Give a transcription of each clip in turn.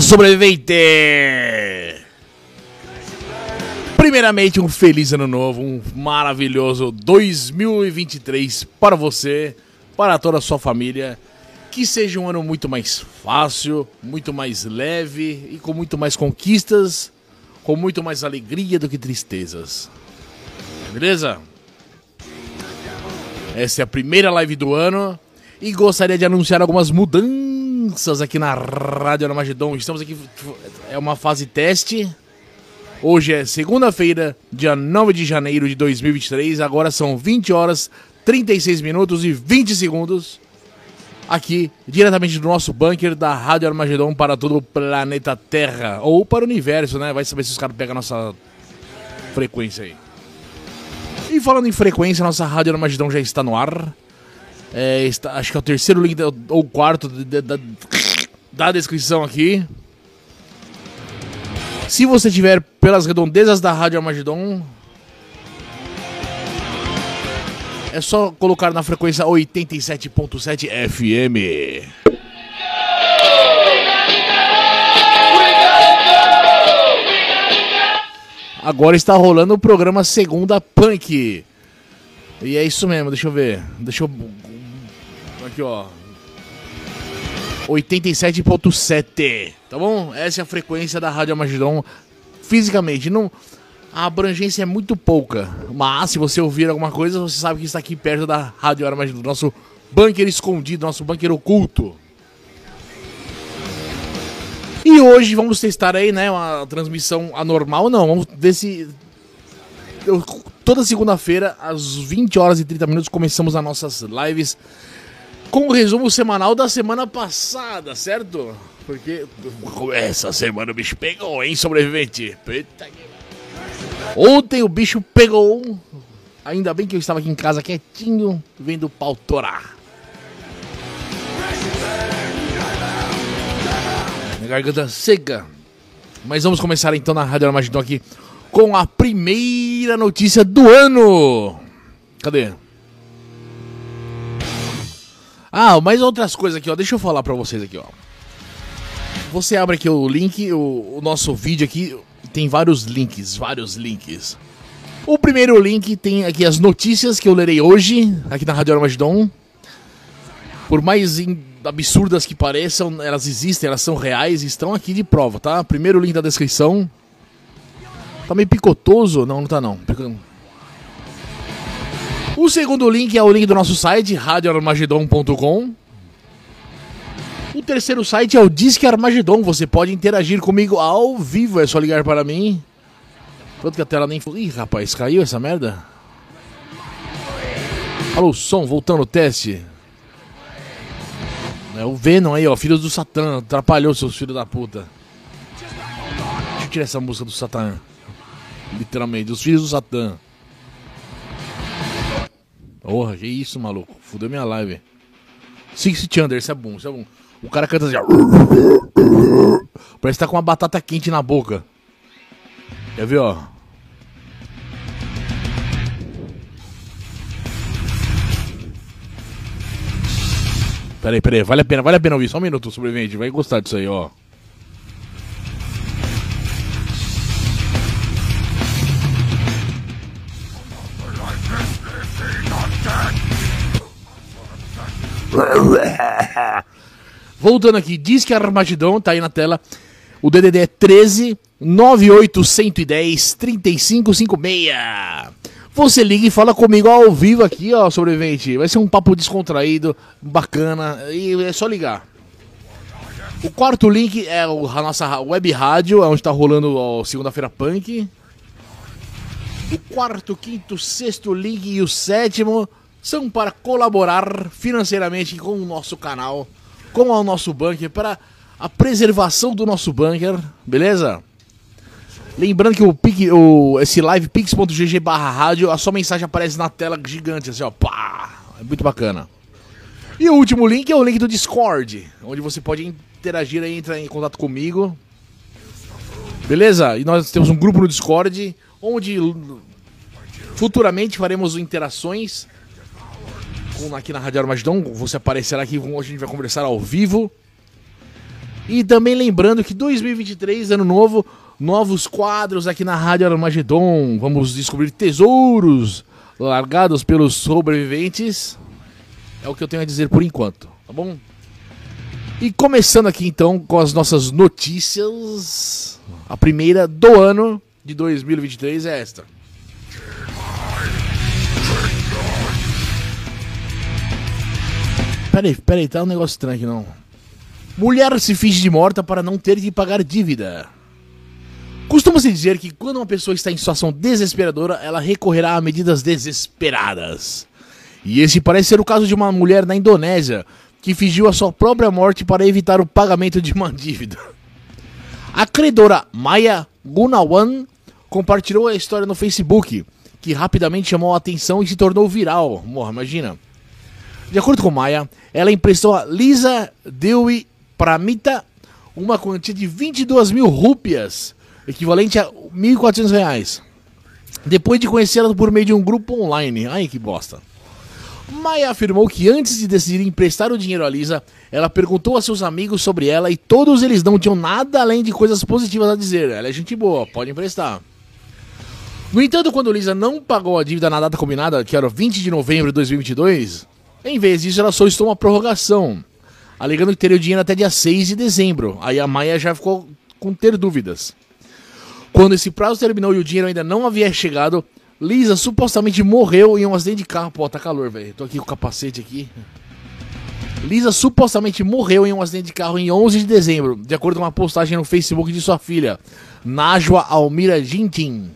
sobrevivente! Primeiramente, um feliz ano novo, um maravilhoso 2023 para você, para toda a sua família. Que seja um ano muito mais fácil, muito mais leve e com muito mais conquistas, com muito mais alegria do que tristezas. Beleza? Essa é a primeira live do ano e gostaria de anunciar algumas mudanças aqui na Rádio Armagedon. Estamos aqui, é uma fase teste. Hoje é segunda-feira, dia 9 de janeiro de 2023. Agora são 20 horas, 36 minutos e 20 segundos. Aqui, diretamente do nosso bunker da Rádio Armagedon para todo o planeta Terra. Ou para o universo, né? Vai saber se os caras pegam a nossa frequência aí. E falando em frequência, nossa Rádio Armagedon já está no ar. Acho que é o terceiro link ou quarto da descrição aqui. Se você estiver pelas redondezas da Rádio Armagedon, é só colocar na frequência 87.7 FM. Agora está rolando o programa Segunda Punk. E é isso mesmo, deixa eu ver. Aqui, ó. 87.7, tá bom? Essa é a frequência da Rádio Armagedon. Fisicamente, não, a abrangência é muito pouca. Mas se você ouvir alguma coisa, você sabe que está aqui perto da Rádio Armagedon, nosso bunker escondido, nosso bunker oculto. E hoje vamos testar aí, né, uma transmissão anormal. Não, vamos ver se... Toda segunda-feira, às 20 horas e 30 minutos, começamos as nossas lives com o resumo semanal da semana passada, certo? Porque essa semana o bicho pegou, hein, sobrevivente? Puta que... Ontem o bicho pegou. Ainda bem que eu estava aqui em casa quietinho, vendo o pau torar. Minha garganta seca. Mas vamos começar então na Rádio Armagedon aqui com a primeira notícia do ano. Cadê? Ah, mais outras coisas aqui, ó. Deixa eu falar pra vocês aqui, ó. Você abre aqui o link, o nosso vídeo aqui, tem vários links. O primeiro link tem aqui as notícias que eu lerei hoje, aqui na Rádio Armagedon. Por mais absurdas que pareçam, elas existem, elas são reais e estão aqui de prova, tá? Primeiro link da descrição. Tá meio picotoso? Não, não tá não. O segundo link é o link do nosso site, radioarmagedon.com. O terceiro site é o Disque Armagedon. Você pode interagir comigo ao vivo, é só ligar para mim. Pronto que a tela nem... Ih, rapaz, caiu essa merda? Alô, som, voltando ao teste. É o Venom aí, ó, filhos do Satã. Atrapalhou, seus filhos da puta. Deixa eu tirar essa música do Satã. Literalmente, os filhos do Satã. Porra, que isso, maluco. Fudeu minha live. Six Thunder, isso é bom. O cara canta assim, ó. Parece que tá com uma batata quente na boca. Quer ver, ó? Peraí, vale a pena ouvir. Só um minuto, sobrevivente. Vai gostar disso aí, ó. Voltando aqui, Disque Armagedon, tá aí na tela. O DDD é 13 98 110 3556. Você liga e fala comigo ao vivo aqui, ó, sobrevivente. Vai ser um papo descontraído, bacana, e é só ligar. O quarto link é a nossa web rádio, onde tá rolando a Segunda-feira Punk. O quarto, quinto, sexto link e o sétimo são para colaborar financeiramente com o nosso canal, com o nosso bunker, para a preservação do nosso bunker, beleza? Lembrando que esse live pix.gg/rádio, a sua mensagem aparece na tela gigante, assim, ó, pá, é muito bacana. E o último link é o link do Discord, onde você pode interagir e entrar em contato comigo, beleza? E nós temos um grupo no Discord, onde futuramente faremos interações aqui na Rádio Armagedon. Você aparecerá aqui, hoje a gente vai conversar ao vivo. E também lembrando que 2023, ano novo, novos quadros aqui na Rádio Armagedon. Vamos descobrir tesouros largados pelos sobreviventes. É o que eu tenho a dizer por enquanto, tá bom? E começando aqui então com as nossas notícias. A primeira do ano de 2023 é esta. Peraí, tá um negócio estranho aqui não. Mulher se finge de morta para não ter que pagar dívida. Costuma-se dizer que quando uma pessoa está em situação desesperadora, ela recorrerá a medidas desesperadas. E esse parece ser o caso de uma mulher na Indonésia, que fingiu a sua própria morte para evitar o pagamento de uma dívida. A credora Maya Gunawan compartilhou a história no Facebook, que rapidamente chamou a atenção e se tornou viral. Morra, imagina. De acordo com Maya, ela emprestou a Lisa Dewi Pramita uma quantia de 22 mil rúpias, equivalente a R$ 1.400, depois de conhecê-la por meio de um grupo online. Ai, que bosta. Maya afirmou que antes de decidir emprestar o dinheiro a Lisa, ela perguntou a seus amigos sobre ela e todos eles não tinham nada além de coisas positivas a dizer. Ela é gente boa, pode emprestar. No entanto, quando Lisa não pagou a dívida na data combinada, que era 20 de novembro de 2022, em vez disso ela solicitou uma prorrogação, alegando que teria o dinheiro até dia 6 de dezembro. Aí a Maya já ficou com ter dúvidas. Quando esse prazo terminou e o dinheiro ainda não havia chegado, Lisa supostamente morreu em um acidente de carro. Pô, tá calor, velho. Tô aqui com o capacete aqui. Lisa supostamente morreu em um acidente de carro em 11 de dezembro, de acordo com uma postagem no Facebook de sua filha, Najwa Almira Ginting.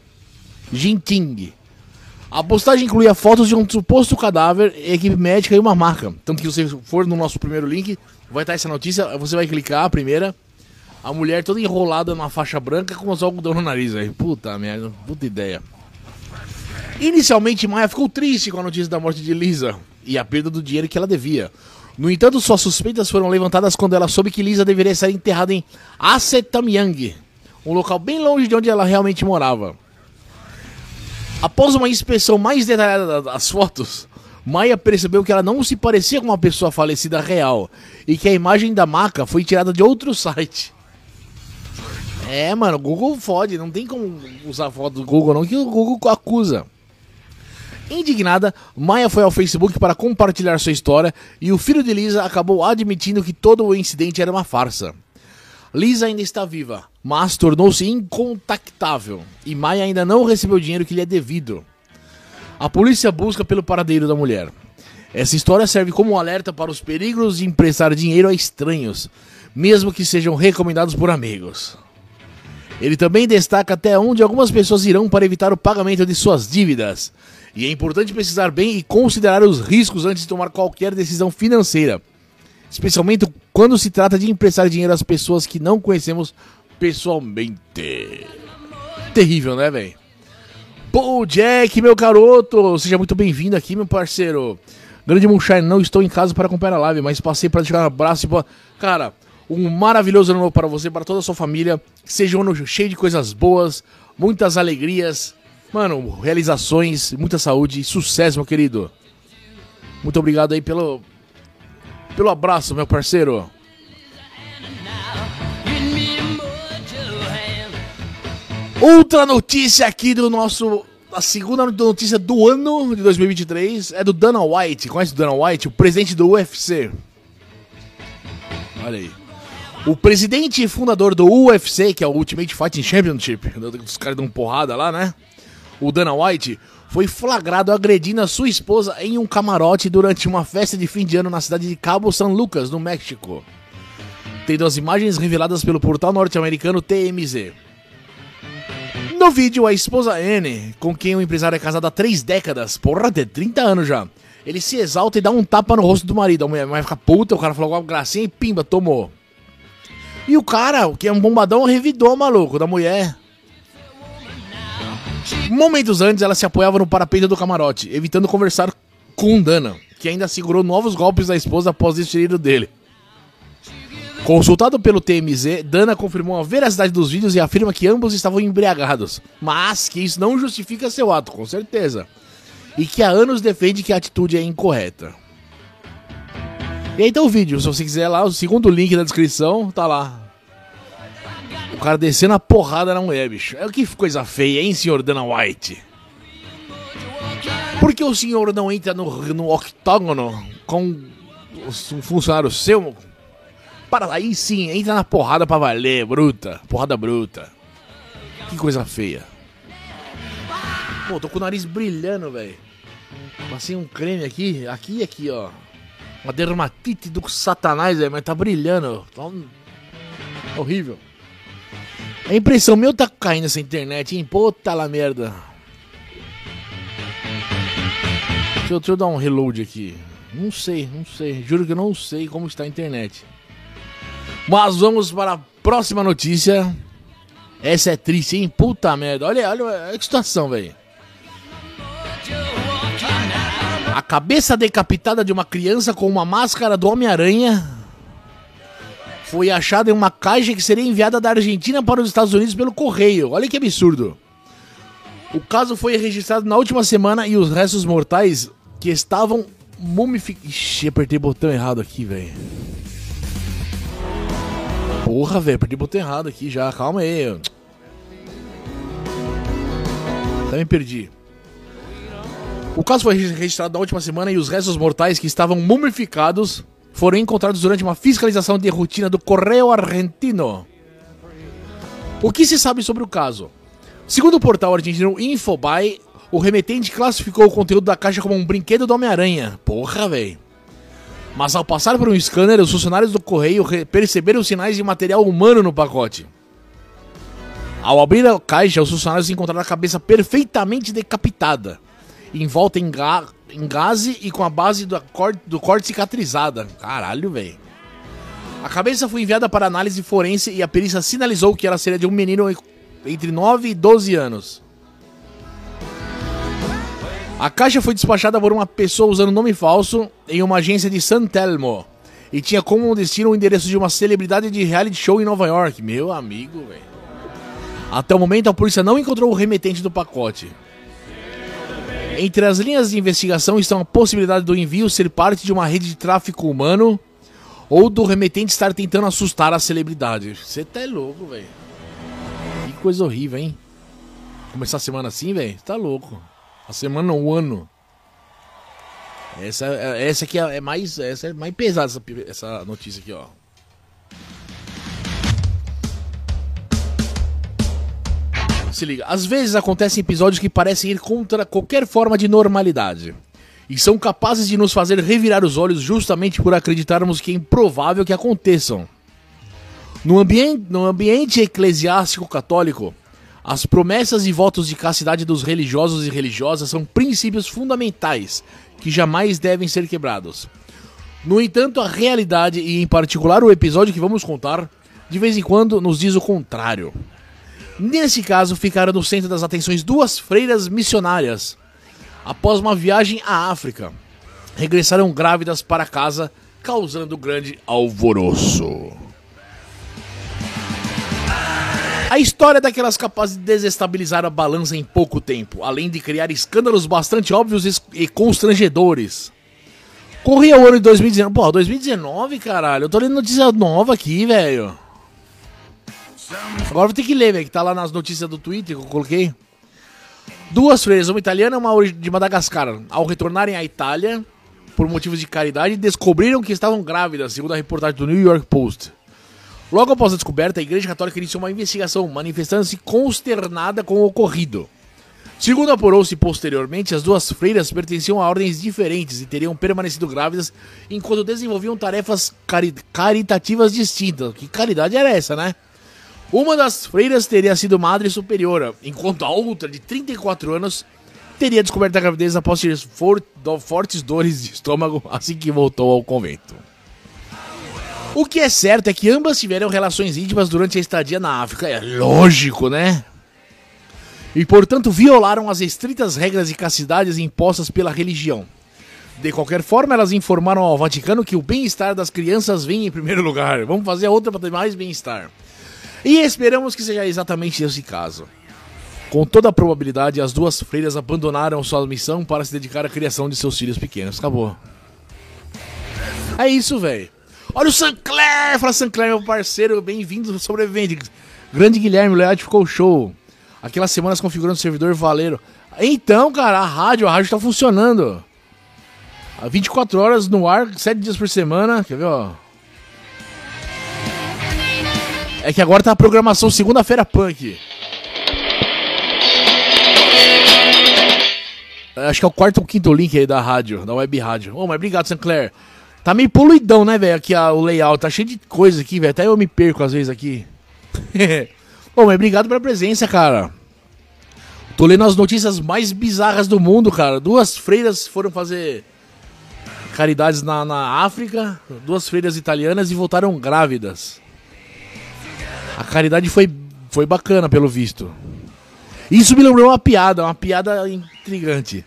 A postagem incluía fotos de um suposto cadáver, equipe médica e uma marca. Tanto que se você for no nosso primeiro link, vai estar essa notícia, você vai clicar a primeira. A mulher toda enrolada numa faixa branca com os algodão no nariz, velho. Puta merda, puta ideia. Inicialmente, Maya ficou triste com a notícia da morte de Lisa e a perda do dinheiro que ela devia. No entanto, suas suspeitas foram levantadas quando ela soube que Lisa deveria estar enterrada em Asetamyang, um local bem longe de onde ela realmente morava. Após uma inspeção mais detalhada das fotos, Maya percebeu que ela não se parecia com uma pessoa falecida real e que a imagem da maca foi tirada de outro site. É, mano, o Google fode, não tem como usar foto do Google não, que o Google acusa. Indignada, Maya foi ao Facebook para compartilhar sua história e o filho de Lisa acabou admitindo que todo o incidente era uma farsa. Lisa ainda está viva, mas tornou-se incontactável e Maya ainda não recebeu o dinheiro que lhe é devido. A polícia busca pelo paradeiro da mulher. Essa história serve como um alerta para os perigos de emprestar dinheiro a estranhos, mesmo que sejam recomendados por amigos. Ele também destaca até onde algumas pessoas irão para evitar o pagamento de suas dívidas. E é importante pesquisar bem e considerar os riscos antes de tomar qualquer decisão financeira, especialmente quando se trata de emprestar dinheiro às pessoas que não conhecemos pessoalmente. Terrível, né, velho? Pô, Jack, meu garoto, seja muito bem-vindo aqui, meu parceiro. Grande Moonshine, não estou em casa para acompanhar a live, mas passei para deixar um abraço e cara, um maravilhoso ano novo para você, para toda a sua família. Que seja um ano cheio de coisas boas, muitas alegrias, mano, realizações, muita saúde e sucesso, meu querido. Muito obrigado aí pelo abraço, meu parceiro. Outra notícia aqui do nosso... A segunda notícia do ano de 2023 é do Dana White. Conhece o Dana White? O presidente do UFC. Olha aí. O presidente e fundador do UFC, que é o Ultimate Fighting Championship, os caras dão porrada lá, né? O Dana White foi flagrado agredindo a sua esposa em um camarote durante uma festa de fim de ano na cidade de Cabo San Lucas, no México. Tendo as imagens reveladas pelo portal norte-americano TMZ. No vídeo, a esposa Anne, com quem o empresário é casado há 3 décadas, porra, tem 30 anos já, ele se exalta e dá um tapa no rosto do marido. A mulher vai ficar puta, o cara falou alguma gracinha e pimba, tomou. E o cara, que é um bombadão, revidou, maluco, da mulher. Momentos antes, ela se apoiava no parapeito do camarote, evitando conversar com Dana, que ainda segurou novos golpes da esposa após desferido dele. Consultado pelo TMZ, Dana confirmou a veracidade dos vídeos e afirma que ambos estavam embriagados, mas que isso não justifica seu ato, com certeza, e que há anos defende que a atitude é incorreta. E aí tá o vídeo, se você quiser lá, o segundo link na descrição, tá lá. O cara descendo a porrada na mulher, bicho. É que coisa feia, hein, senhor Dana White? Por que o senhor não entra no octógono com um funcionário seu? Para aí sim, entra na porrada pra valer, bruta. Porrada bruta. Que coisa feia. Pô, tô com o nariz brilhando, velho. Passei um creme aqui, aqui e aqui, ó. Uma dermatite do satanás, velho, mas tá brilhando. Tá horrível. A impressão minha tá caindo essa internet, hein? Puta la merda. Deixa eu dar um reload aqui. Não sei. Juro que eu não sei como está a internet. Mas vamos para a próxima notícia. Essa é triste, hein? Puta merda. Olha que situação, velho. A cabeça decapitada de uma criança com uma máscara do Homem-Aranha foi achada em uma caixa que seria enviada da Argentina para os Estados Unidos pelo correio. Olha que absurdo. O caso foi registrado na última semana e os restos mortais que estavam mumificados... Ixi, apertei o botão errado aqui, velho. Porra, velho, apertei o botão errado aqui já. Calma aí. Até me perdi. O caso foi registrado na última semana e os restos mortais que estavam mumificados foram encontrados durante uma fiscalização de rotina do Correio Argentino. O que se sabe sobre o caso? Segundo o portal argentino Infobae, o remetente classificou o conteúdo da caixa como um brinquedo do Homem-Aranha. Porra, velho. Mas ao passar por um scanner, os funcionários do correio perceberam sinais de material humano no pacote. Ao abrir a caixa, os funcionários encontraram a cabeça perfeitamente decapitada, envolta em gaze e com a base do corte cicatrizada. Caralho, velho. A cabeça foi enviada para análise forense e a perícia sinalizou que ela seria de um menino entre 9 e 12 anos. A caixa foi despachada por uma pessoa usando nome falso em uma agência de San Telmo e tinha como destino o endereço de uma celebridade de reality show em Nova York. Meu amigo, velho. Até o momento, a polícia não encontrou o remetente do pacote. Entre as linhas de investigação estão a possibilidade do envio ser parte de uma rede de tráfico humano ou do remetente estar tentando assustar a celebridade. Você tá louco, velho. Que coisa horrível, hein? Começar a semana assim, velho? Tá louco. A semana não, o ano. Essa aqui é mais pesada, essa notícia aqui, ó. Se liga, às vezes acontecem episódios que parecem ir contra qualquer forma de normalidade e são capazes de nos fazer revirar os olhos justamente por acreditarmos que é improvável que aconteçam. No ambiente eclesiástico católico, as promessas e votos de castidade dos religiosos e religiosas são princípios fundamentais que jamais devem ser quebrados. No entanto, a realidade, e em particular o episódio que vamos contar, de vez em quando nos diz o contrário. Nesse caso, ficaram no centro das atenções duas freiras missionárias. Após uma viagem à África, regressaram grávidas para casa, causando grande alvoroço. A história daquelas capazes de desestabilizar a balança em pouco tempo, além de criar escândalos bastante óbvios e constrangedores. Corria o ano de 2019. Pô, 2019, caralho. Eu tô lendo notícia nova aqui, velho. Agora vou ter que ler, velho, que tá lá nas notícias do Twitter que eu coloquei. Duas freiras, uma italiana e uma de Madagascar, ao retornarem à Itália, por motivos de caridade, descobriram que estavam grávidas, segundo a reportagem do New York Post. Logo após a descoberta, a Igreja Católica iniciou uma investigação, manifestando-se consternada com o ocorrido. Segundo apurou-se posteriormente, as duas freiras pertenciam a ordens diferentes e teriam permanecido grávidas enquanto desenvolviam tarefas caritativas distintas. Que caridade era essa, né? Uma das freiras teria sido madre superiora, enquanto a outra, de 34 anos, teria descoberto a gravidez após ter fortes dores de estômago assim que voltou ao convento. O que é certo é que ambas tiveram relações íntimas durante a estadia na África, é lógico, né? E portanto violaram as estritas regras de castidade impostas pela religião. De qualquer forma, elas informaram ao Vaticano que o bem-estar das crianças vem em primeiro lugar. Vamos fazer a outra para ter mais bem-estar. E esperamos que seja exatamente esse caso. Com toda a probabilidade, as duas freiras abandonaram sua missão para se dedicar à criação de seus filhos pequenos. Acabou. É isso, velho. Olha o Sancler! Fala, Sancler, meu parceiro, bem-vindo, sobrevivente. Grande Guilherme, o layout ficou show. Aquelas semanas configurando o servidor valeram. Então, cara, a rádio tá funcionando. 24 horas no ar, 7 dias por semana. Quer ver, ó? É que agora tá a programação Segunda-feira Punk. Acho que é o quarto ou quinto link aí da rádio, da web rádio. Ô, mas obrigado, Sinclair. Tá meio poluidão, né, velho? Aqui o layout, tá cheio de coisa aqui, velho. Até eu me perco às vezes aqui. Ô, mas obrigado pela presença, cara. Tô lendo as notícias mais bizarras do mundo, cara. 2 freiras foram fazer caridades na África, 2 freiras italianas e voltaram grávidas. A caridade foi bacana, pelo visto. Isso me lembrou uma piada intrigante.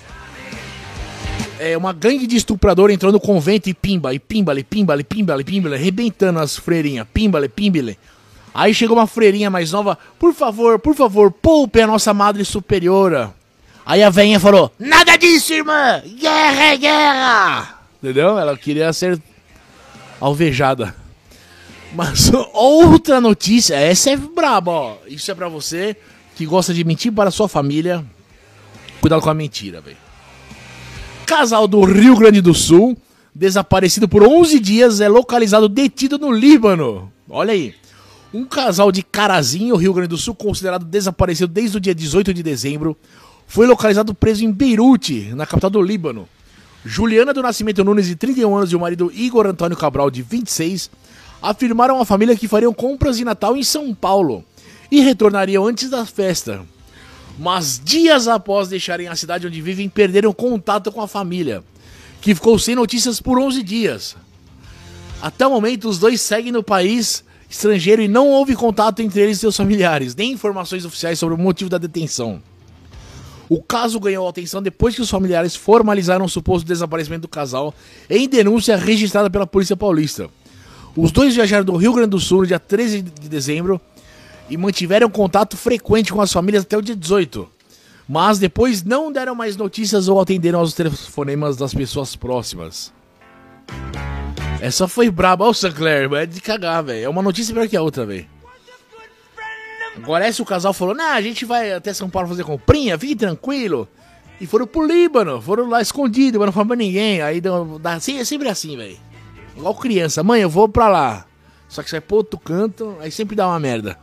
Uma gangue de estuprador entrou no convento e pimba, arrebentando as freirinhas, pimbale. Aí chegou uma freirinha mais nova, por favor, poupe a nossa madre superiora. Aí a velhinha falou, nada disso, irmã, guerra é guerra. Entendeu? Ela queria ser alvejada. Mas outra notícia, essa é braba, ó. Isso é pra você que gosta de mentir para a sua família. Cuidado com a mentira, velho. Casal do Rio Grande do Sul, desaparecido por 11 dias, é localizado detido no Líbano. Olha aí. Um casal de Carazinho, Rio Grande do Sul, considerado desaparecido desde o dia 18 de dezembro, foi localizado preso em Beirute, na capital do Líbano. Juliana do Nascimento Nunes, de 31 anos, e o marido Igor Antônio Cabral, de 26, afirmaram à família que fariam compras de Natal em São Paulo e retornariam antes da festa. Mas dias após deixarem a cidade onde vivem, perderam contato com a família, que ficou sem notícias por 11 dias. Até o momento, os dois seguem no país estrangeiro e não houve contato entre eles e seus familiares, nem informações oficiais sobre o motivo da detenção. O caso ganhou atenção depois que os familiares formalizaram o suposto desaparecimento do casal em denúncia registrada pela Polícia Paulista. Os dois viajaram do Rio Grande do Sul no dia 13 de dezembro e mantiveram contato frequente com as famílias até o dia 18. Mas depois não deram mais notícias ou atenderam aos telefonemas das pessoas próximas. Essa foi braba, ó, Sinclair, é de cagar, velho. É uma notícia pior que a outra, velho. Agora esse o casal falou, a gente vai até São Paulo fazer comprinha, fique tranquilo. E foram pro Líbano, foram lá escondidos, mas não falaram pra ninguém. Aí é sempre assim, velho. Igual criança, mãe, eu vou pra lá. Só que você vai pro outro canto, aí sempre dá uma merda.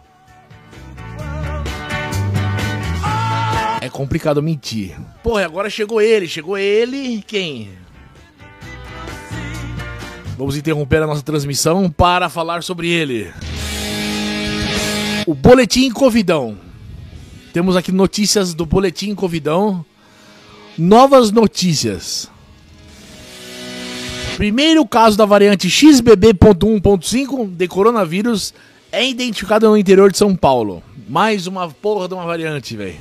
É complicado mentir. Porra, agora chegou ele, quem? Vamos interromper a nossa transmissão para falar sobre ele. O Boletim Covidão. Temos aqui notícias do Boletim Covidão. Novas notícias. Primeiro caso da variante XBB.1.5 de coronavírus é identificado no interior de São Paulo. Mais uma porra de uma variante, velho.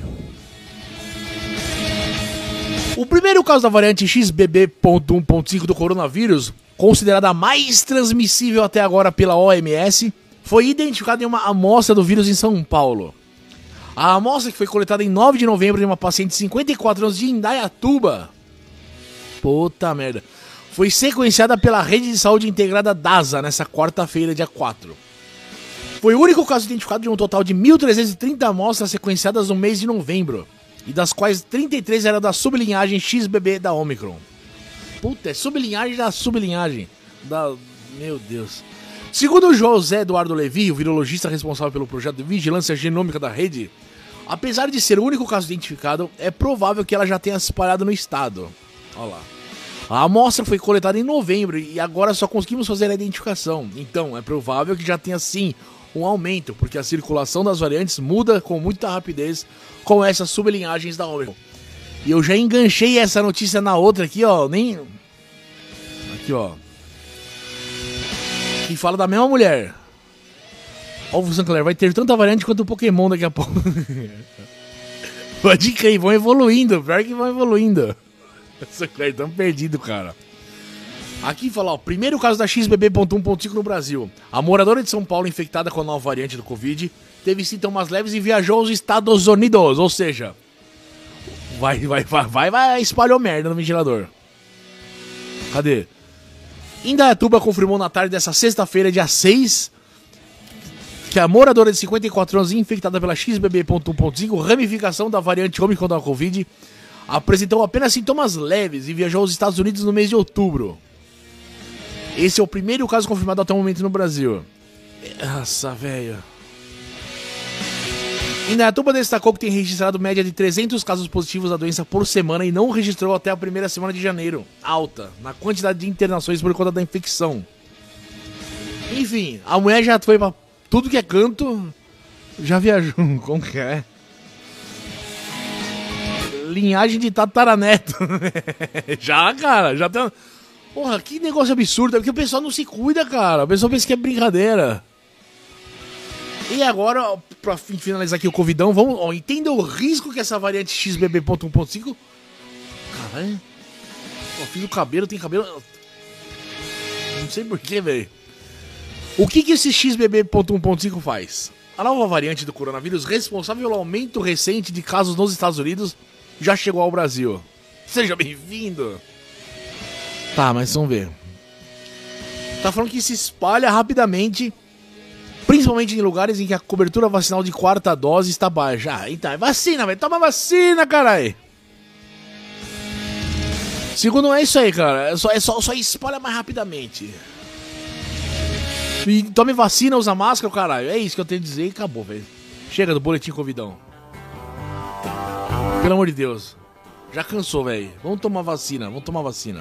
O primeiro caso da variante XBB.1.5 do coronavírus, considerada a mais transmissível até agora pela OMS, foi identificado em uma amostra do vírus em São Paulo. A amostra, que foi coletada em 9 de novembro de uma paciente de 54 anos de Indaiatuba, puta merda, foi sequenciada pela Rede de Saúde Integrada DASA nessa quarta-feira, dia 4. Foi o único caso identificado de um total de 1.330 amostras sequenciadas no mês de novembro, e das quais 33 eram da sublinhagem XBB da Omicron. Puta, é sublinhagem da sublinhagem. Meu Deus. Segundo o José Eduardo Levi, o virologista responsável pelo projeto de vigilância genômica da rede, apesar de ser o único caso identificado, é provável que ela já tenha se espalhado no estado. Olha lá. A amostra foi coletada em novembro e agora só conseguimos fazer a identificação. Então, é provável que já tenha sim um aumento, porque a circulação das variantes muda com muita rapidez com essas sublinhagens da Omicron. E eu já enganchei essa notícia na outra aqui, ó. Aqui, ó. Que fala da mesma mulher. Ó, o Sinclair, vai ter tanta variante quanto o Pokémon daqui a pouco. Pode crer, vão evoluindo. Pior que vão evoluindo. Sinclair, tão perdido, cara. Aqui fala, ó, primeiro caso da XBB.1.5 no Brasil. A moradora de São Paulo infectada com a nova variante do Covid teve sintomas leves e viajou aos Estados Unidos. Ou seja, vai, espalhou merda no ventilador. Cadê? Indaiatuba confirmou na tarde dessa sexta-feira, dia 6, que a moradora de 54 anos infectada pela XBB.1.5, ramificação da variante Omicron da Covid, apresentou apenas sintomas leves e viajou aos Estados Unidos no mês de outubro. Esse é o primeiro caso confirmado até o momento no Brasil. Nossa, velho. Indaiatuba destacou que tem registrado média de 300 casos positivos da doença por semana e não registrou até a primeira semana de janeiro. Alta na quantidade de internações por conta da infecção. Enfim, a mulher já foi pra tudo que é canto. Já viajou. Como que é? Linhagem de tataraneto. Já, cara. Já tem... Porra, que negócio absurdo. É porque o pessoal não se cuida, cara. O pessoal pensa que é brincadeira. E agora, pra finalizar aqui o Covidão, vamos, ó, entenda o risco que essa variante XBB.1.5... Caralho. Ó, fiz o cabelo, tem cabelo... Não sei porquê, velho. O que esse XBB.1.5 faz? A nova variante do coronavírus, responsável pelo aumento recente de casos nos Estados Unidos, já chegou ao Brasil. Seja bem-vindo. Tá, mas vamos ver. Tá falando que se espalha rapidamente, principalmente em lugares em que a cobertura vacinal de quarta dose está baixa. Ah, então é vacina, velho. Toma vacina, caralho. Segundo, não é isso aí, cara. Só espalha mais rapidamente. E tome vacina, usa máscara, caralho. É isso que eu tenho a dizer e acabou, velho. Chega do boletim Covidão. Pelo amor de Deus. Já cansou, velho. Vamos tomar vacina, vamos tomar vacina.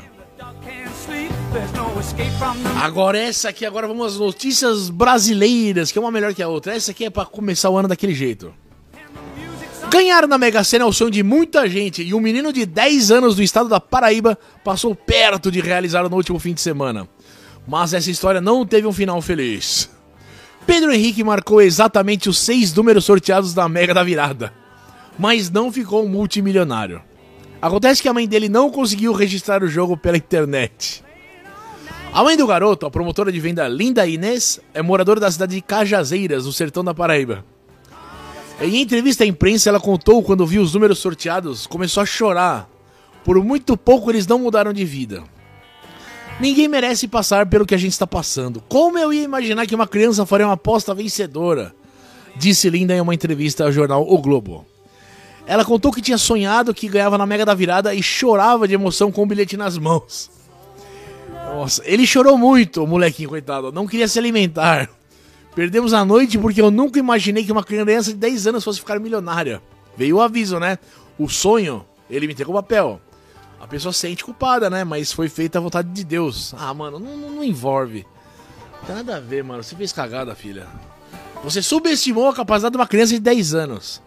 Agora essa aqui, agora vamos às notícias brasileiras, que é uma melhor que a outra. Essa aqui é pra começar o ano daquele jeito. Ganhar na Mega Sena é o sonho de muita gente, e um menino de 10 anos do estado da Paraíba passou perto de realizar no último fim de semana. Mas essa história não teve um final feliz. Pedro Henrique marcou exatamente os 6 números sorteados da Mega da Virada, mas não ficou multimilionário. Acontece que a mãe dele não conseguiu registrar o jogo pela internet. A mãe do garoto, a promotora de venda Linda Inês, é moradora da cidade de Cajazeiras, no sertão da Paraíba. Em entrevista à imprensa, ela contou quando viu os números sorteados, começou a chorar. Por muito pouco eles não mudaram de vida. Ninguém merece passar pelo que a gente está passando. Como eu ia imaginar que uma criança faria uma aposta vencedora? Disse Linda em uma entrevista ao jornal O Globo. Ela contou que tinha sonhado que ganhava na Mega da Virada e chorava de emoção com o bilhete nas mãos. Nossa, ele chorou muito, o molequinho, coitado. Não queria se alimentar. Perdemos a noite porque eu nunca imaginei que uma criança de 10 anos fosse ficar milionária. Veio o aviso, né? O sonho, ele me entregou o papel. A pessoa se sente culpada, né? Mas foi feita a vontade de Deus. Ah, mano, não envolve. Não tem nada a ver, mano. Você fez cagada, filha. Você subestimou a capacidade de uma criança de 10 anos.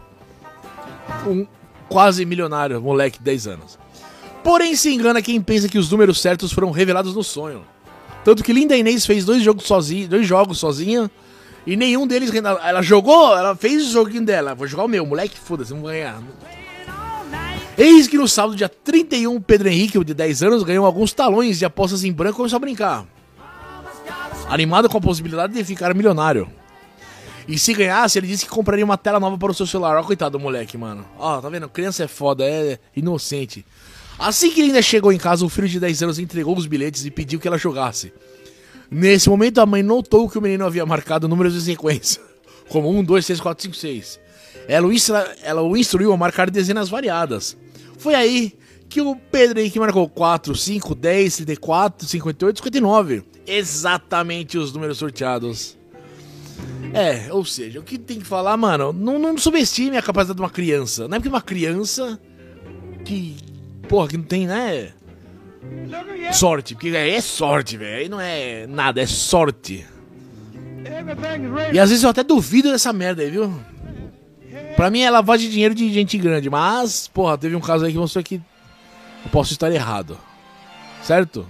Um quase milionário, moleque de 10 anos. Porém, se engana quem pensa que os números certos foram revelados no sonho. Tanto que Linda Inês fez 2 jogos sozinha. E nenhum deles... Ela jogou, ela fez o joguinho dela. Vou jogar o meu, moleque, foda-se, vamos ganhar. Eis que no sábado, dia 31, Pedro Henrique, de 10 anos, ganhou alguns talões de apostas em branco e começou a brincar. Animado com a possibilidade de ficar milionário. E se ganhasse, ele disse que compraria uma tela nova para o seu celular. Ó, coitado do moleque, mano. Ó, tá vendo? Criança é foda, é inocente. Assim que Linda chegou em casa, o filho de 10 anos entregou os bilhetes e pediu que ela jogasse. Nesse momento, a mãe notou que o menino havia marcado números de sequência, como 1, 2, 3, 4, 5, 6. Ela o instruiu a marcar dezenas variadas. Foi aí que o Pedro Henrique marcou 4, 5, 10, 34, 58, 59. Exatamente os números sorteados. Ou seja, o que tem que falar, mano, não subestime a capacidade de uma criança. Não é porque uma criança que, porra, que não tem, né, sorte. Porque é sorte, velho. Aí não é nada, é sorte. E às vezes eu até duvido dessa merda aí, viu? Pra mim é lavagem de dinheiro de gente grande. Mas, porra, teve um caso aí que mostrou que eu posso estar errado. Certo?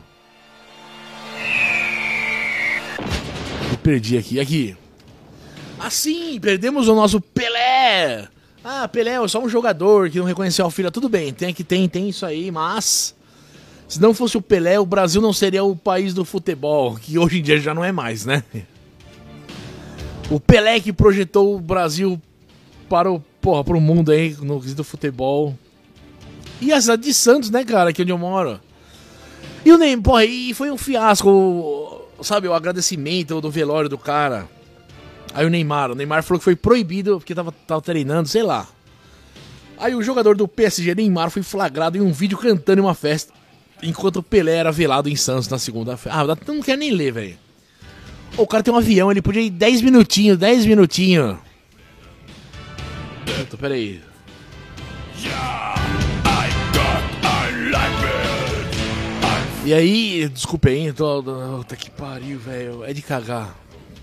Eu perdi aqui. Assim, perdemos o nosso Pelé. Ah, Pelé é só um jogador que não reconheceu a filha. Tudo bem, tem isso aí, mas... Se não fosse o Pelé, o Brasil não seria o país do futebol, que hoje em dia já não é mais, né? O Pelé que projetou o Brasil para o mundo aí, no quesito do futebol. E a cidade de Santos, né, cara, que é onde eu moro. E o Neymar, porra, e foi um fiasco, sabe, o agradecimento do velório do cara. Aí o Neymar falou que foi proibido porque tava treinando, sei lá. Aí o jogador do PSG, Neymar, foi flagrado em um vídeo cantando em uma festa, enquanto o Pelé era velado em Santos na segunda-feira. Ah, não quero nem ler, velho. O cara tem um avião, ele podia ir 10 minutinhos. Puta, pera aí. E aí, desculpa aí, puta que pariu, velho. É de cagar.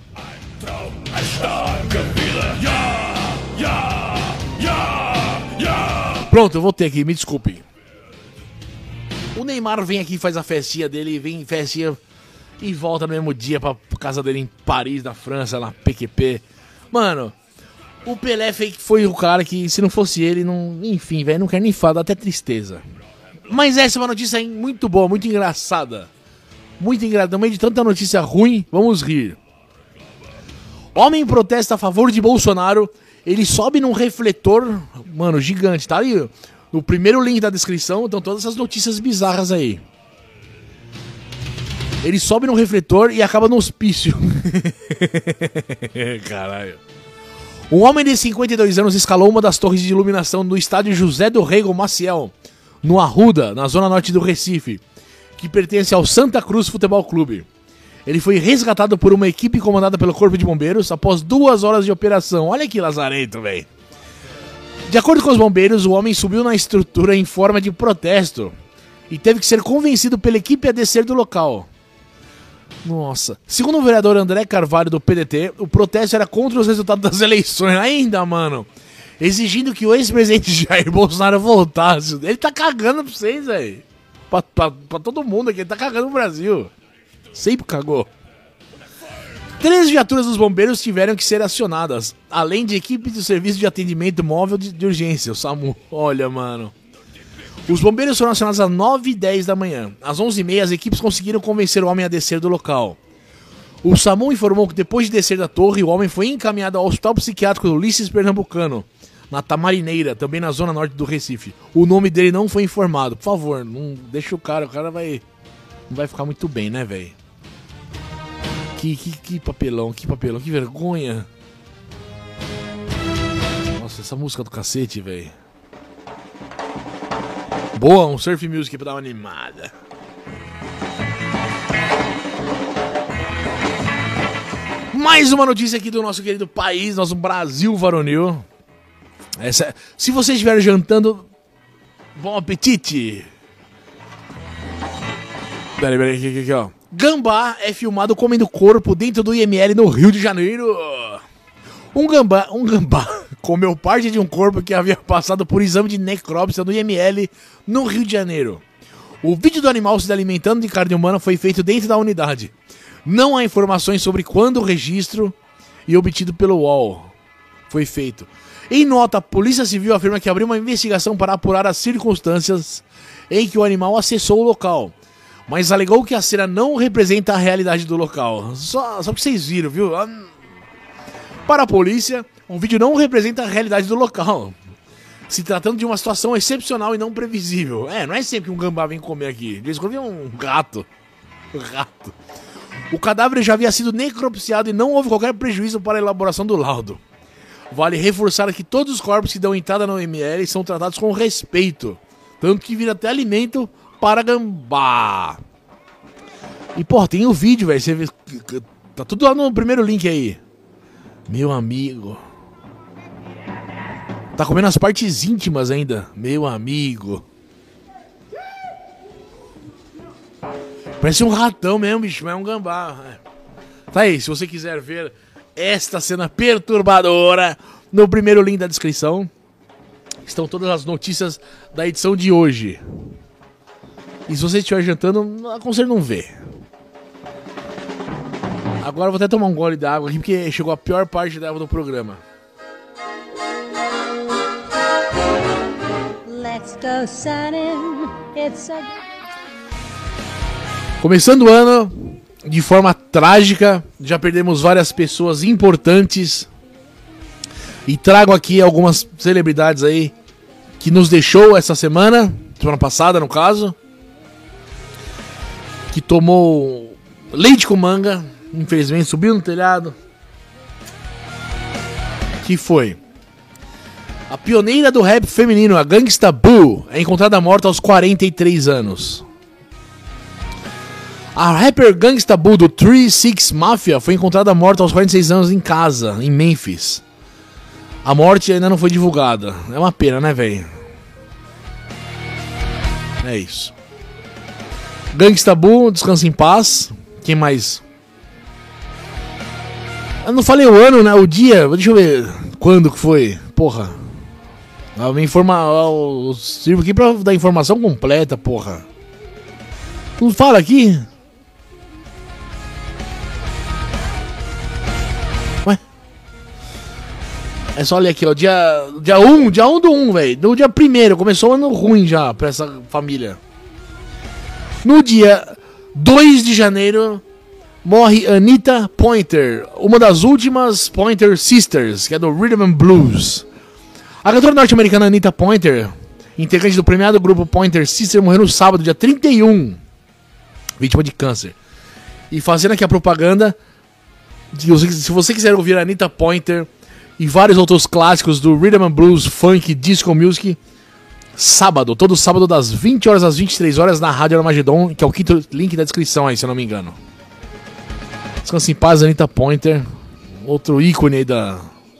Pronto, eu voltei aqui, me desculpe. O Neymar vem aqui, faz a festinha dele, vem festinha e volta no mesmo dia pra casa dele em Paris, na França, na PQP. Mano, o Pelé foi o cara que, se não fosse ele, não, enfim, velho, não quero nem falar, dá até tristeza. Mas essa é uma notícia muito boa, muito engraçada. Muito engraçada, no meio de tanta notícia ruim, vamos rir. Homem protesta a favor de Bolsonaro, ele sobe num refletor, mano, gigante, tá ali no primeiro link da descrição, estão todas essas notícias bizarras aí. Ele sobe num refletor e acaba no hospício. Caralho. Um homem de 52 anos escalou uma das torres de iluminação do estádio José do Rego Maciel, no Arruda, na zona norte do Recife, que pertence ao Santa Cruz Futebol Clube. Ele foi resgatado por uma equipe comandada pelo Corpo de Bombeiros após 2 horas de operação. Olha que lazarento, velho. De acordo com os bombeiros, o homem subiu na estrutura em forma de protesto e teve que ser convencido pela equipe a descer do local. Nossa. Segundo o vereador André Carvalho do PDT, o protesto era contra os resultados das eleições. Ainda, mano. Exigindo que o ex-presidente Jair Bolsonaro voltasse. Ele tá cagando pra vocês, velho. Pra todo mundo aqui. Ele tá cagando no Brasil. Sempre cagou. 3 viaturas dos bombeiros tiveram que ser acionadas, além de equipes do Serviço de Atendimento Móvel de Urgência, o SAMU. Olha, mano. Os bombeiros foram acionados às 9h10 da manhã. Às 11h30, as equipes conseguiram convencer o homem a descer do local. O SAMU informou que depois de descer da torre, o homem foi encaminhado ao Hospital Psiquiátrico do Ulisses Pernambucano, na Tamarineira, também na zona norte do Recife. O nome dele não foi informado. Por favor, não deixa o cara vai... Não vai ficar muito bem, né, velho? Que papelão, que vergonha. Nossa, essa música do cacete, velho. Boa, um surf music pra dar uma animada. Mais uma notícia aqui do nosso querido país, nosso Brasil varonil. Se você estiver jantando, bom apetite. Peraí, aqui, ó. Gambá é filmado comendo corpo dentro do IML no Rio de Janeiro. Um gambá comeu parte de um corpo que havia passado por exame de necrópsia no IML no Rio de Janeiro. O vídeo do animal se alimentando de carne humana foi feito dentro da unidade. Não há informações sobre quando o registro e obtido pelo UOL foi feito. Em nota, a Polícia Civil afirma que abriu uma investigação para apurar as circunstâncias em que o animal acessou o local, mas alegou que a cena não representa a realidade do local. Só que vocês viram, viu? Para a polícia, o vídeo não representa a realidade do local, se tratando de uma situação excepcional e não previsível. Não é sempre que um gambá vem comer aqui. De vez em quando vem um gato. O cadáver já havia sido necropsiado e não houve qualquer prejuízo para a elaboração do laudo. Vale reforçar que todos os corpos que dão entrada no IML são tratados com respeito, tanto que vira até alimento para gambá. E, pô, tem o vídeo, velho. Você vê, tá tudo lá no primeiro link aí. Meu amigo. Tá comendo as partes íntimas ainda. Meu amigo. Parece um ratão mesmo, bicho. Mas é um gambá. Tá aí, se você quiser ver esta cena perturbadora, no primeiro link da descrição estão todas as notícias da edição de hoje. E se você estiver jantando, aconselho não ver. Agora eu vou até tomar um gole d'água aqui, porque chegou a pior parte da água do programa. Let's go sunning, it's a... Começando o ano de forma trágica, já perdemos várias pessoas importantes. E trago aqui algumas celebridades aí que nos deixou essa semana passada no caso, que tomou leite com manga, infelizmente subiu no telhado Que foi: a pioneira do rap feminino, a Gangsta Boo, é encontrada morta aos 43 anos. A rapper Gangsta Boo do 3-6 Mafia foi encontrada morta aos 46 anos em casa, em Memphis. A morte ainda não foi divulgada. É uma pena, né, velho? É isso. Gangsta Boo, descansa em paz. Quem mais? Eu não falei o ano, né? O dia. Deixa eu ver quando que foi. Porra. Eu sirvo aqui pra dar informação completa, porra. Não fala aqui? Ué? É só ler aqui, ó. Dia 1 do 1, velho. No dia 1º. Começou um ano ruim já pra essa família. No dia 2 de janeiro, morre Anita Pointer, uma das últimas Pointer Sisters, que é do Rhythm and Blues. A cantora norte-americana Anita Pointer, integrante do premiado grupo Pointer Sisters, morreu no sábado, dia 31, vítima de câncer. E fazendo aqui a propaganda, se você quiser ouvir a Anita Pointer e vários outros clássicos do Rhythm and Blues, Funk, Disco Music, sábado, todo sábado das 20 horas às 23 horas na Rádio Armagedon, que é o quinto link da descrição aí, se eu não me engano. Descanse em paz, Anita Pointer, outro ícone aí da...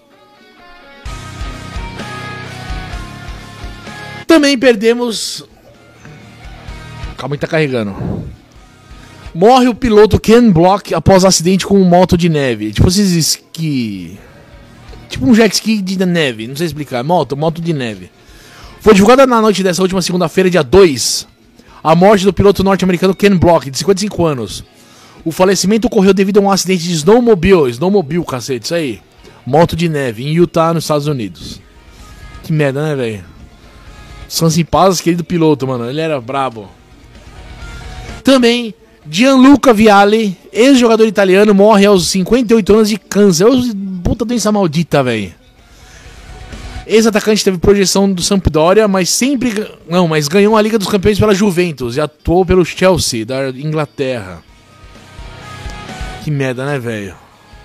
Também perdemos... Calma aí, tá carregando. Morre o piloto Ken Block após acidente com um moto de neve. Tipo esses esqui... Tipo um jet ski de neve, não sei explicar. Moto de neve. Foi divulgada na noite dessa última segunda-feira, dia 2, a morte do piloto norte-americano Ken Block, de 55 anos. O falecimento ocorreu devido a um acidente de snowmobile, cacete, isso aí. Moto de neve, em Utah, nos Estados Unidos. Que merda, né, velho? Descanse em paz, querido piloto, mano. Ele era brabo. Também, Gianluca Vialli, ex-jogador italiano, morre aos 58 anos de câncer. Puta doença maldita, velho. Ex-atacante teve projeção do Sampdoria, mas ganhou a Liga dos Campeões pela Juventus e atuou pelo Chelsea, da Inglaterra. Que merda, né, velho?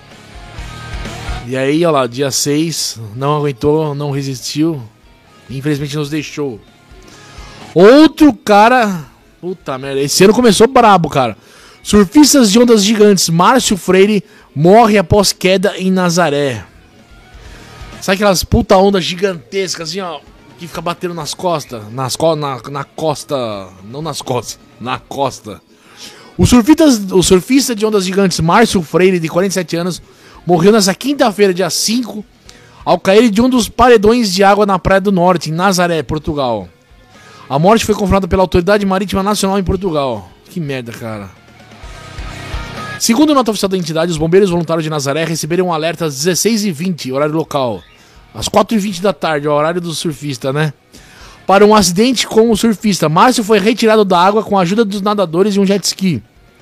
E aí, ó lá, dia 6, não aguentou, não resistiu, infelizmente nos deixou. Outro cara... Puta merda, esse ano começou brabo, cara. Surfistas de ondas gigantes, Márcio Freire, morre após queda em Nazaré. Sabe aquelas puta ondas gigantescas, assim, ó, que fica batendo nas costas? Na costa. Não nas costas, na costa. O surfista de ondas gigantes Márcio Freire, de 47 anos, morreu nessa quinta-feira, dia 5, ao cair de um dos paredões de água na Praia do Norte, em Nazaré, Portugal. A morte foi confirmada pela Autoridade Marítima Nacional em Portugal. Que merda, cara. Segundo a nota oficial da entidade, os bombeiros voluntários de Nazaré receberam um alerta às 16h20, horário local. Às 4h20 da tarde, o horário do surfista, né? Para um acidente com o surfista. Márcio foi retirado da água com a ajuda dos nadadores e um jet ski.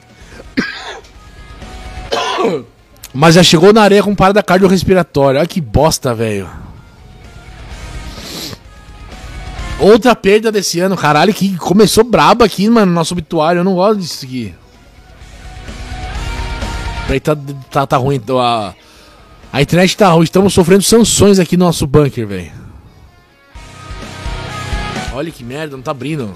Mas já chegou na areia com parada cardiorrespiratória. Olha que bosta, velho. Outra perda desse ano, caralho, que começou braba aqui, mano, no nosso obituário. Eu não gosto disso aqui. Aí tá ruim. A internet tá ruim. Estamos sofrendo sanções aqui no nosso bunker, velho. Olha que merda, não tá abrindo.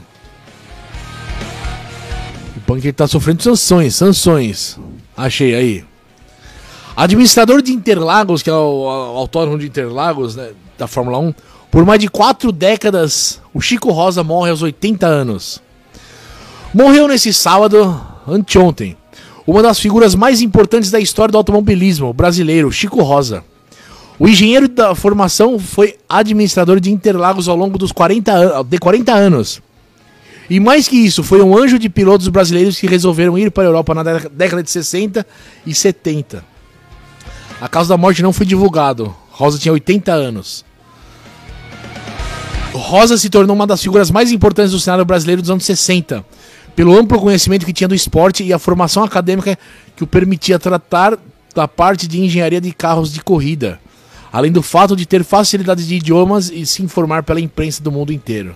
O bunker tá sofrendo sanções. Achei aí. Administrador de Interlagos, que é o autódromo de Interlagos, né, da Fórmula 1. Por mais de 4 décadas, o Chico Rosa morre aos 80 anos. Morreu nesse sábado, anteontem, uma das figuras mais importantes da história do automobilismo brasileiro, Chico Rosa. O engenheiro da formação foi administrador de Interlagos ao longo dos 40 anos. E mais que isso, foi um anjo de pilotos brasileiros que resolveram ir para a Europa na década de 60 e 70. A causa da morte não foi divulgado. Rosa tinha 80 anos. Rosa se tornou uma das figuras mais importantes do cenário brasileiro dos anos 60, pelo amplo conhecimento que tinha do esporte e a formação acadêmica que o permitia tratar da parte de engenharia de carros de corrida, além do fato de ter facilidade de idiomas e se informar pela imprensa do mundo inteiro.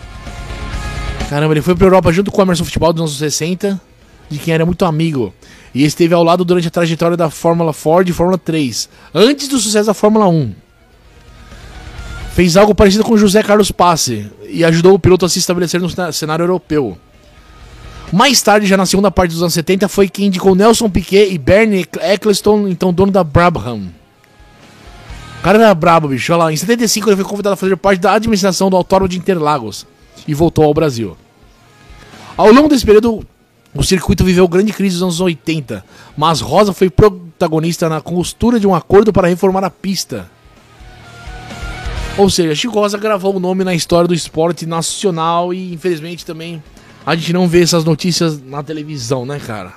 Caramba, ele foi para a Europa junto com o Emerson Futebol dos anos 60, de quem era muito amigo. e esteve ao lado durante a trajetória da Fórmula Ford e Fórmula 3, antes do sucesso da Fórmula 1. Fez algo parecido com José Carlos Passe e ajudou o piloto a se estabelecer no cenário europeu. Mais tarde, já na segunda parte dos anos 70, foi quem indicou Nelson Piquet e Bernie Ecclestone, então dono da Brabham. O cara era brabo, bicho. Olha lá, em 75 ele foi convidado a fazer parte da administração do Autódromo de Interlagos e voltou ao Brasil. Ao longo desse período, o circuito viveu grande crise dos anos 80, mas Rosa foi protagonista na costura de um acordo para reformar a pista. Ou seja, Chico Rosa gravou o nome na história do esporte nacional e, infelizmente, também a gente não vê essas notícias na televisão, né, cara?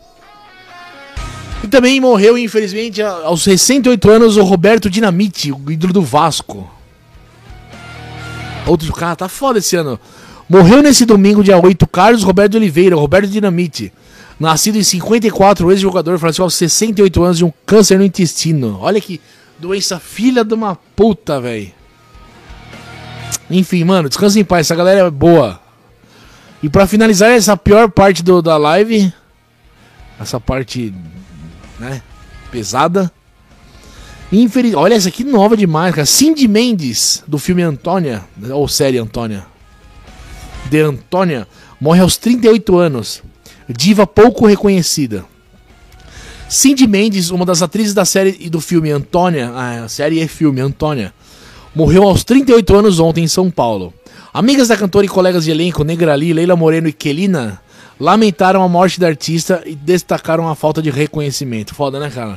E também morreu, infelizmente, aos 68 anos, o Roberto Dinamite, o ídolo do Vasco. Outro cara, tá foda esse ano. Morreu nesse domingo, dia 8, Carlos Roberto Oliveira, Roberto Dinamite. Nascido em 54, ex-jogador, faleceu aos 68 anos de um câncer no intestino. Olha que doença filha de uma puta, velho. Enfim, mano, descansa em paz, essa galera é boa. E pra finalizar essa pior parte da live, essa parte, né, pesada. Olha essa aqui nova demais, cara. Cindy Mendes, do filme Antônia, ou série Antônia. De Antônia, morre aos 38 anos. Diva pouco reconhecida. Cindy Mendes, uma das atrizes da série e do filme Antônia, a série e filme Antônia, morreu aos 38 anos ontem em São Paulo. Amigas da cantora e colegas de elenco, Negrali, Leila Moreno e Kelina, lamentaram a morte da artista e destacaram a falta de reconhecimento. Foda, né, cara?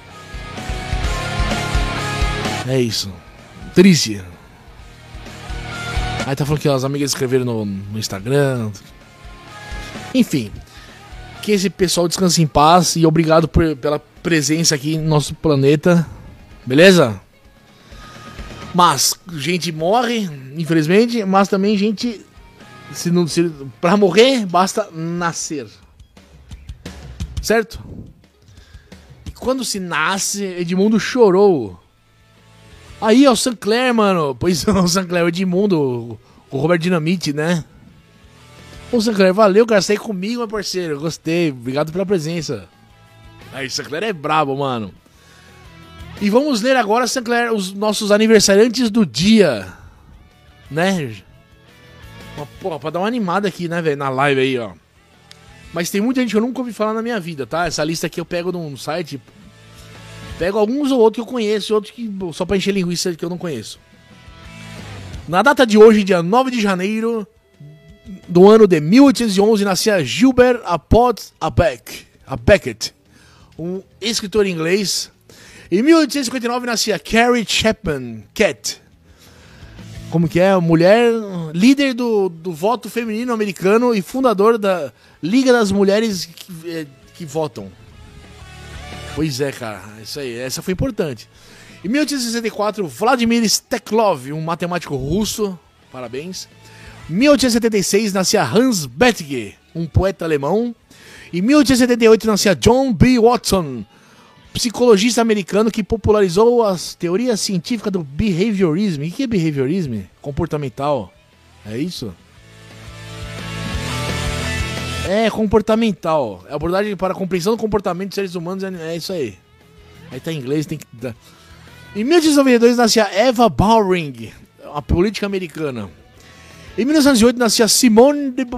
É isso. Triste. Aí tá falando que as amigas escreveram no Instagram. Enfim. Que esse pessoal descanse em paz e obrigado pela presença aqui no nosso planeta. Beleza? Mas gente morre, infelizmente, mas também gente pra morrer basta nascer. Certo? E quando se nasce, Edmundo chorou. Aí, ó, o Sinclair, mano. Pois o Sinclair, o Edmundo, o Robert Dinamite, né? Ô, Sinclair, valeu, cara. Sai comigo, meu parceiro. Gostei. Obrigado pela presença. Aí, o Sinclair é brabo, mano. E vamos ler agora, Sinclair, os nossos aniversariantes do dia. Né? Porra, pra dar uma animada aqui, né, velho? Na live aí, ó. Mas tem muita gente que eu nunca ouvi falar na minha vida, tá? Essa lista aqui eu pego num site. Pego alguns ou outros que eu conheço, outros que só pra encher linguiça que eu não conheço. Na data de hoje, dia 9 de janeiro do ano de 1811, nascia Gilbert Apot Beckett, um escritor inglês. Em 1859 nascia Carrie Chapman Catt. Como que é? Mulher, líder do voto feminino americano e fundador da Liga das Mulheres que Votam. Pois é, cara, isso aí, essa foi importante. Em 1864, Vladimir Steklov, um matemático russo, parabéns. Em 1876, nascia Hans Bettinger, um poeta alemão. Em 1878, nascia John B. Watson, psicologista americano que popularizou as teorias científicas do behaviorismo. O que é behaviorismo? Comportamental. É isso? É comportamental. É abordagem para a compreensão do comportamento de seres humanos. É isso aí. Aí tá em inglês, tem que dar. Em 1892 nascia Eva Bowring, uma política americana. Em 1908 nascia Simone de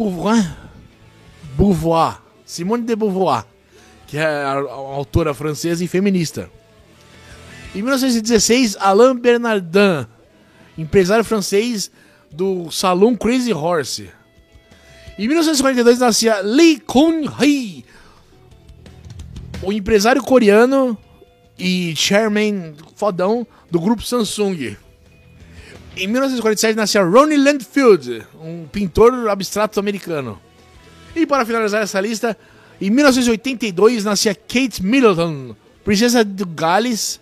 Beauvoir. Simone de Beauvoir, que é a autora francesa e feminista. Em 1916, Alain Bernardin, empresário francês do salão Crazy Horse. Em 1942 nascia Lee Kun-hee, o empresário coreano e chairman fodão do grupo Samsung. Em 1947 nascia Ronnie Landfield, um pintor abstrato americano. E para finalizar essa lista, em 1982 nascia Kate Middleton, princesa de Gales,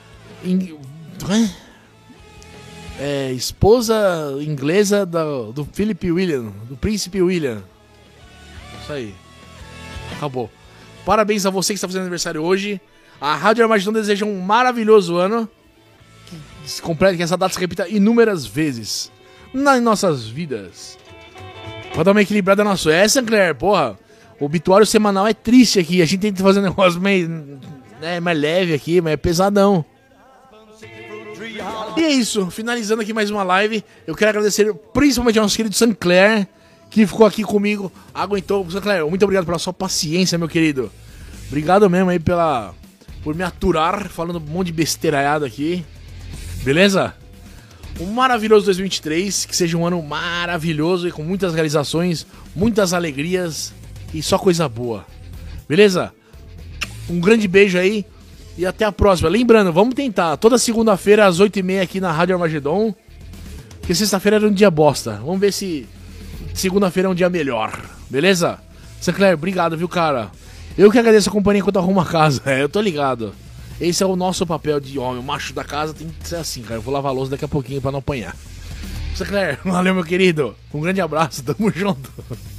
esposa inglesa do Philip William, do príncipe William. Isso aí. Acabou. Parabéns a você que está fazendo aniversário hoje. A Rádio Armagedon deseja um maravilhoso ano. Que essa data se repita inúmeras vezes nas nossas vidas. Pra dar uma equilibrada na sua. Sinclair, porra. O obituário semanal é triste aqui. A gente tenta fazer um negócio meio, né, mais leve aqui, mas é pesadão. E é isso. Finalizando aqui mais uma live. Eu quero agradecer principalmente ao nosso querido Sancler, que ficou aqui comigo, aguentou. Sancler, muito obrigado pela sua paciência, meu querido. Obrigado mesmo aí por me aturar, falando um monte de besteiraiada aqui. Beleza? Um maravilhoso 2023, que seja um ano maravilhoso e com muitas realizações, muitas alegrias e só coisa boa. Beleza? Um grande beijo aí e até a próxima. Lembrando, vamos tentar toda segunda-feira às 8h30 aqui na Rádio Armagedon, porque sexta-feira era um dia bosta. Vamos ver se segunda-feira é um dia melhor. Beleza? Sancler, obrigado, viu, cara? Eu que agradeço a companhia enquanto arrumo a casa. Eu tô ligado. Esse é o nosso papel de homem. O macho da casa tem que ser assim, cara. Eu vou lavar a louça daqui a pouquinho pra não apanhar. Sancler, valeu, meu querido. Um grande abraço. Tamo junto.